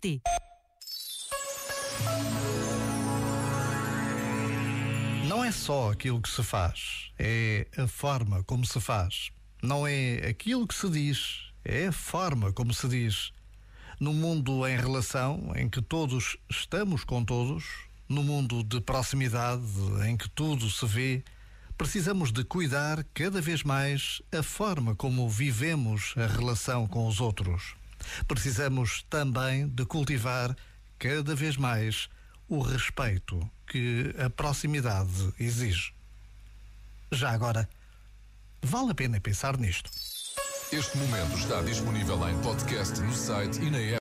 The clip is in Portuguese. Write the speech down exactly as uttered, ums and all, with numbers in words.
pt. Não é só aquilo que se faz, é a forma como se faz. Não é aquilo que se diz, é a forma como se diz. No mundo em relação, em que todos estamos com todos, no mundo de proximidade, em que tudo se vê, precisamos de cuidar cada vez mais a forma como vivemos a relação com os outros. Precisamos também de cultivar cada vez mais o respeito que a proximidade exige. Já agora, vale a pena pensar nisto. Este momento está disponível em podcast no site e na app.